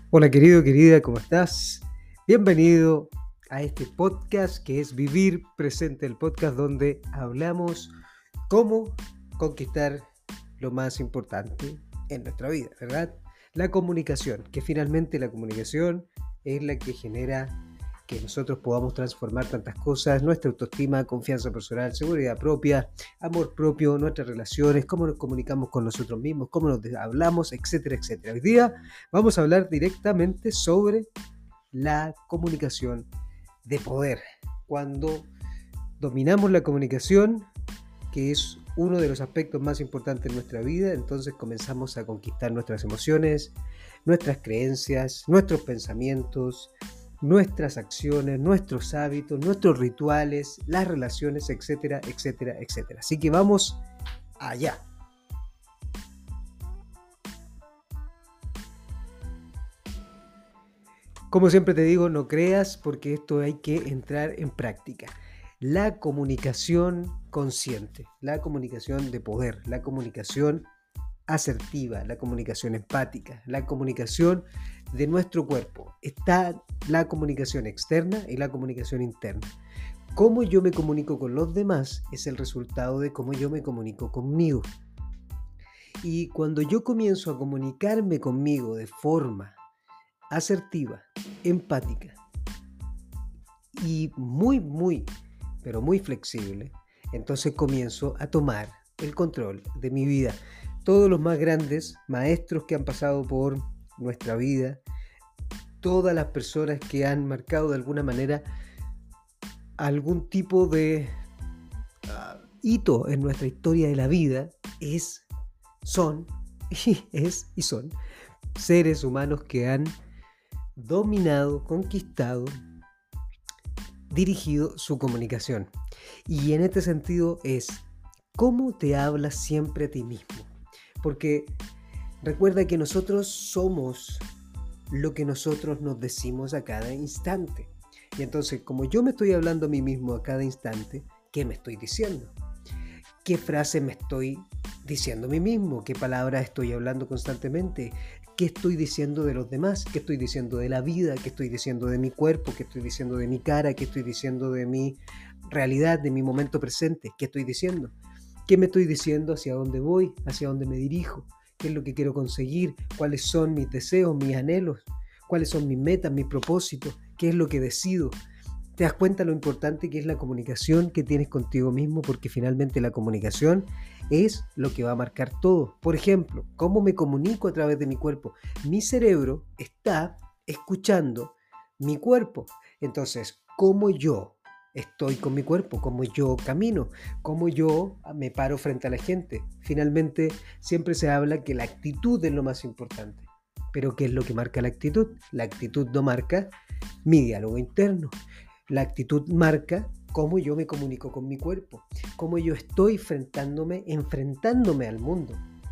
Hola querido, querida, ¿cómo estás? Bienvenido a este podcast que es Vivir Presente, el podcast donde hablamos cómo conquistar lo más importante en nuestra vida, ¿verdad? La comunicación, que finalmente la comunicación es la que genera que nosotros podamos transformar tantas cosas, nuestra autoestima, confianza personal, seguridad propia, amor propio, nuestras relaciones, cómo nos comunicamos con nosotros mismos, cómo nos hablamos, etcétera, etcétera. Hoy día vamos a hablar directamente sobre la comunicación de poder. Cuando dominamos la comunicación, que es uno de los aspectos más importantes de nuestra vida, entonces comenzamos a conquistar nuestras emociones, nuestras creencias, nuestros pensamientos, nuestras acciones, nuestros hábitos, nuestros rituales, las relaciones, etcétera, etcétera, etcétera. Así que vamos allá. Como siempre te digo, no creas porque esto hay que entrar en práctica. La comunicación consciente, la comunicación de poder, la comunicación asertiva, la comunicación empática, la comunicación de nuestro cuerpo. Está la comunicación externa y la comunicación interna. Cómo yo me comunico con los demás es el resultado de cómo yo me comunico conmigo. Y cuando yo comienzo a comunicarme conmigo de forma asertiva, empática y pero muy flexible, entonces comienzo a tomar el control de mi vida. Todos los más grandes maestros que han pasado por nuestra vida, todas las personas que han marcado de alguna manera algún tipo de hito en nuestra historia de la vida, son seres humanos que han dominado, conquistado, dirigido su comunicación. Y en este sentido es cómo te hablas siempre a ti mismo. Porque recuerda que nosotros somos lo que nosotros nos decimos a cada instante. Y entonces, como yo me estoy hablando a mí mismo a cada instante, ¿qué me estoy diciendo? ¿Qué frase me estoy diciendo a mí mismo? ¿Qué palabras estoy hablando constantemente? ¿Qué estoy diciendo de los demás? ¿Qué estoy diciendo de la vida? ¿Qué estoy diciendo de mi cuerpo? ¿Qué estoy diciendo de mi cara? ¿Qué estoy diciendo de mi realidad, de mi momento presente? ¿Qué estoy diciendo? ¿Qué me estoy diciendo? ¿Hacia dónde voy? ¿Hacia dónde me dirijo? ¿Qué es lo que quiero conseguir? ¿Cuáles son mis deseos, mis anhelos? ¿Cuáles son mis metas, mis propósitos? ¿Qué es lo que decido? ¿Te das cuenta lo importante que es la comunicación que tienes contigo mismo? Porque finalmente la comunicación es lo que va a marcar todo. Por ejemplo, ¿cómo me comunico a través de mi cuerpo? Mi cerebro está escuchando mi cuerpo. Entonces, ¿cómo yo estoy con mi cuerpo? ¿Cómo yo camino? ¿Cómo yo me paro frente a la gente? Finalmente, siempre se habla que la actitud es lo más importante. Pero ¿qué es lo que marca la actitud? La actitud no marca mi diálogo interno. La actitud marca cómo yo me comunico con mi cuerpo, cómo yo estoy enfrentándome al mundo,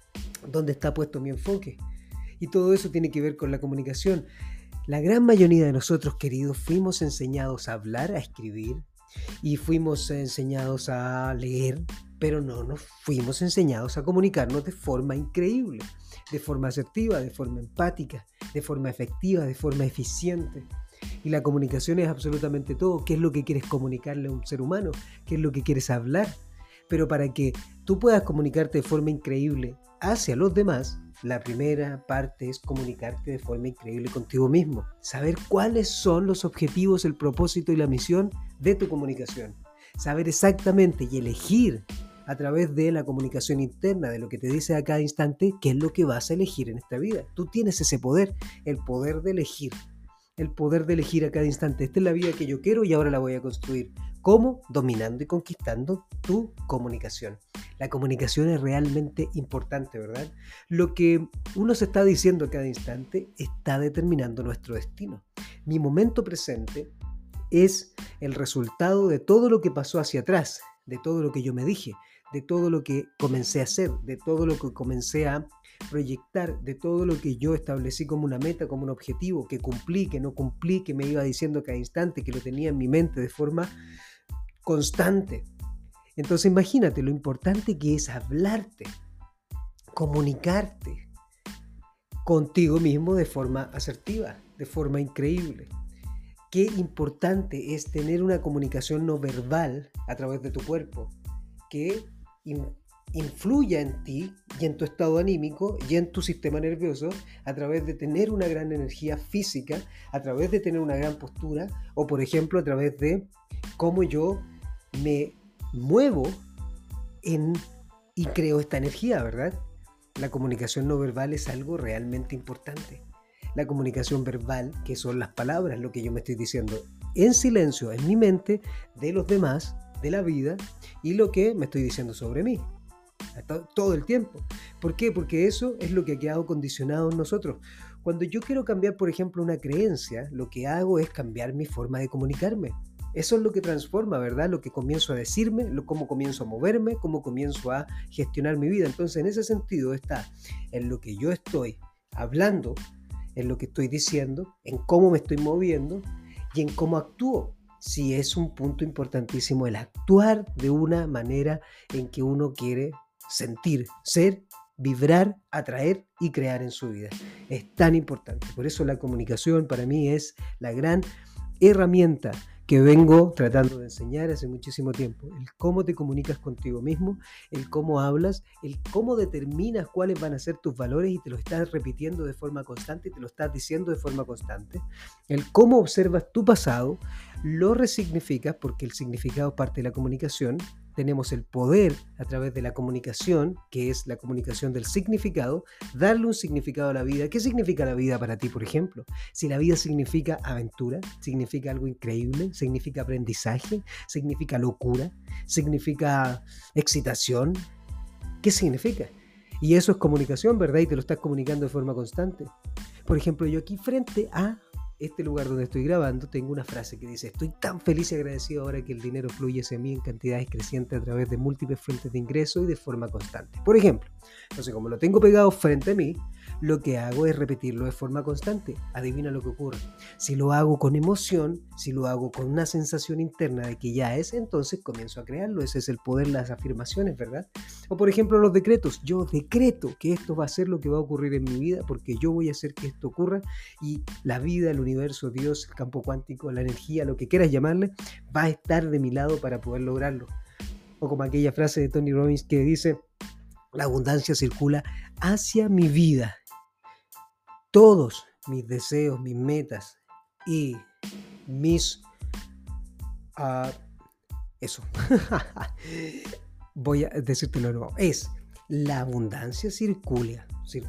dónde está puesto mi enfoque. Y todo eso tiene que ver con la comunicación. La gran mayoría de nosotros, queridos, fuimos enseñados a hablar, a escribir, y fuimos enseñados a leer, pero no nos fuimos enseñados a comunicarnos de forma increíble, de forma asertiva, de forma empática, de forma efectiva, de forma eficiente. Y la comunicación es absolutamente todo. ¿Qué es lo que quieres comunicarle a un ser humano? ¿Qué es lo que quieres hablar? Pero para que tú puedas comunicarte de forma increíble hacia los demás, la primera parte es comunicarte de forma increíble contigo mismo. Saber cuáles son los objetivos, el propósito y la misión de tu comunicación. Saber exactamente y elegir a través de la comunicación interna, de lo que te dice a cada instante, qué es lo que vas a elegir en esta vida. Tú tienes ese poder, el poder de elegir. El poder de elegir a cada instante. Esta es la vida que yo quiero y ahora la voy a construir. ¿Cómo? Dominando y conquistando tu comunicación. La comunicación es realmente importante, ¿verdad? Lo que uno se está diciendo a cada instante está determinando nuestro destino. Mi momento presente es el resultado de todo lo que pasó hacia atrás, de todo lo que yo me dije, de todo lo que comencé a hacer, de todo lo que comencé a proyectar, de todo lo que yo establecí como una meta, como un objetivo, que cumplí, que no cumplí, que me iba diciendo cada instante, que lo tenía en mi mente de forma constante. Entonces imagínate lo importante que es hablarte, comunicarte contigo mismo de forma asertiva, de forma increíble. Qué importante es tener una comunicación no verbal a través de tu cuerpo que influya en ti y en tu estado anímico y en tu sistema nervioso a través de tener una gran energía física, a través de tener una gran postura o, por ejemplo, a través de cómo yo me muevo y creo esta energía, ¿verdad? La comunicación no verbal es algo realmente importante. La comunicación verbal, que son las palabras, lo que yo me estoy diciendo en silencio, en mi mente, de los demás, de la vida, y lo que me estoy diciendo sobre mí, todo el tiempo. ¿Por qué? Porque eso es lo que ha quedado condicionado en nosotros. Cuando yo quiero cambiar, por ejemplo, una creencia, lo que hago es cambiar mi forma de comunicarme. Eso es lo que transforma, ¿verdad? Lo que comienzo a decirme, cómo comienzo a moverme, cómo comienzo a gestionar mi vida. Entonces, en ese sentido está en lo que yo estoy hablando, en lo que estoy diciendo, en cómo me estoy moviendo y en cómo actúo. Sí, es un punto importantísimo el actuar de una manera en que uno quiere sentir, ser, vibrar, atraer y crear en su vida. Es tan importante. Por eso la comunicación para mí es la gran herramienta que vengo tratando de enseñar hace muchísimo tiempo. El cómo te comunicas contigo mismo, el cómo hablas, el cómo determinas cuáles van a ser tus valores y te lo estás repitiendo de forma constante y te lo estás diciendo de forma constante. El cómo observas tu pasado, lo resignificas porque el significado es parte de la comunicación. Tenemos el poder a través de la comunicación, que es la comunicación del significado, darle un significado a la vida. ¿Qué significa la vida para ti, por ejemplo? Si la vida significa aventura, significa algo increíble, significa aprendizaje, significa locura, significa excitación, ¿qué significa? Y eso es comunicación, ¿verdad? Y te lo estás comunicando de forma constante. Por ejemplo, yo aquí frente a este lugar donde estoy grabando, tengo una frase que dice: estoy tan feliz y agradecido ahora que el dinero fluye hacia mí en cantidades crecientes a través de múltiples fuentes de ingreso y de forma constante. Por ejemplo, entonces como lo tengo pegado frente a mí, lo que hago es repetirlo de forma constante. Adivina lo que ocurre. Si lo hago con emoción, si lo hago con una sensación interna de que ya es, entonces comienzo a crearlo. Ese es el poder de las afirmaciones, ¿verdad? O por ejemplo los decretos. Yo decreto que esto va a ser lo que va a ocurrir en mi vida porque yo voy a hacer que esto ocurra y la vida, el universo, Dios, el campo cuántico, la energía, lo que quieras llamarle, va a estar de mi lado para poder lograrlo. O como aquella frase de Tony Robbins que dice: la abundancia circula hacia mi vida. Todos mis deseos, mis metas y mis... eso. Voy a decírtelo de nuevo. Es la abundancia circula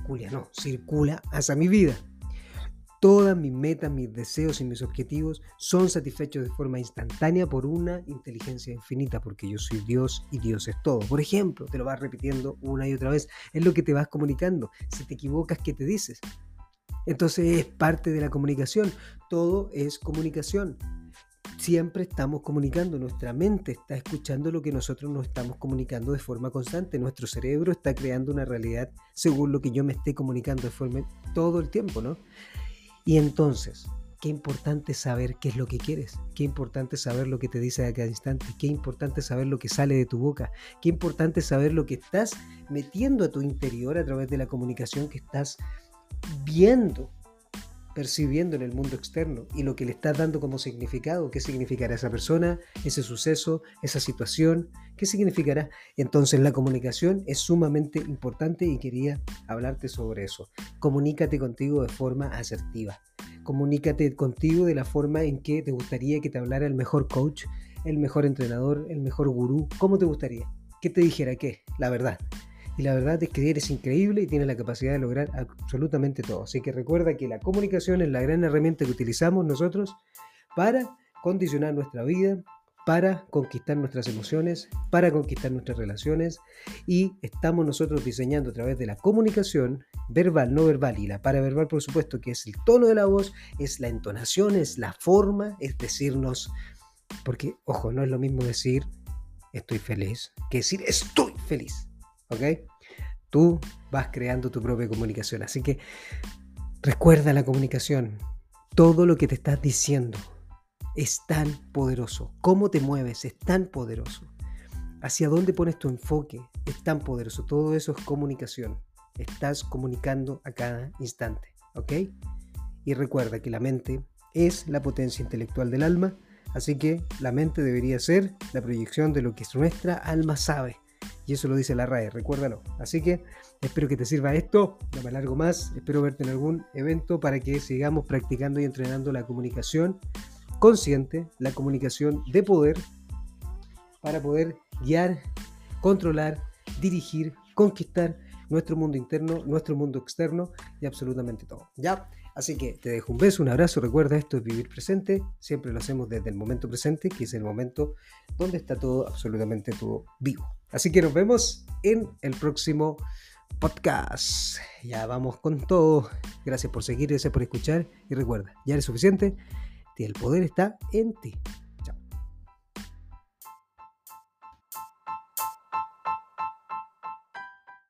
hacia mi vida. Todas mis metas, mis deseos y mis objetivos son satisfechos de forma instantánea por una inteligencia infinita, porque yo soy Dios y Dios es todo. Por ejemplo, te lo vas repitiendo una y otra vez, es lo que te vas comunicando. Si te equivocas, ¿qué te dices? Entonces es parte de la comunicación. Todo es comunicación. Siempre estamos comunicando, nuestra mente está escuchando lo que nosotros nos estamos comunicando de forma constante. Nuestro cerebro está creando una realidad según lo que yo me esté comunicando de forma todo el tiempo, ¿no? Y entonces, qué importante saber qué es lo que quieres, qué importante saber lo que te dice a cada instante, qué importante saber lo que sale de tu boca, qué importante saber lo que estás metiendo a tu interior a través de la comunicación que estás viendo, percibiendo en el mundo externo y lo que le estás dando como significado. ¿Qué significará esa persona, ese suceso, esa situación? ¿Qué significará? Entonces la comunicación es sumamente importante y quería hablarte sobre eso. Comunícate contigo de forma asertiva. Comunícate contigo de la forma en que te gustaría que te hablara el mejor coach, el mejor entrenador, el mejor gurú. ¿Cómo te gustaría? ¿Qué te dijera qué? La verdad. Y la verdad es que eres increíble y tienes la capacidad de lograr absolutamente todo. Así que recuerda que la comunicación es la gran herramienta que utilizamos nosotros para condicionar nuestra vida, para conquistar nuestras emociones, para conquistar nuestras relaciones, y estamos nosotros diseñando a través de la comunicación verbal, no verbal, y la paraverbal, por supuesto, que es el tono de la voz, es la entonación, es la forma, es decirnos, porque, ojo, no es lo mismo decir estoy feliz que decir estoy feliz. ¿Ok? Tú vas creando tu propia comunicación. Así que recuerda la comunicación. Todo lo que te estás diciendo es tan poderoso. Cómo te mueves es tan poderoso. Hacia dónde pones tu enfoque es tan poderoso. Todo eso es comunicación. estás comunicando a cada instante, ¿ok? Y recuerda que la mente es la potencia intelectual del alma, así que la mente debería ser la proyección de lo que nuestra alma sabe. Y eso lo dice la RAE, recuérdalo. Así que espero que te sirva esto, no me alargo más, espero verte en algún evento para que sigamos practicando y entrenando la comunicación consciente, la comunicación de poder, para poder guiar, controlar, dirigir, conquistar nuestro mundo interno, nuestro mundo externo y absolutamente todo. ¿Ya? Así que te dejo un beso, un abrazo. Recuerda, esto es vivir presente. Siempre lo hacemos desde el momento presente, que es el momento donde está todo, absolutamente todo vivo. Así que nos vemos en el próximo podcast. Ya vamos con todo. Gracias por seguir, gracias por escuchar. Y recuerda, ya eres suficiente. El poder está en ti.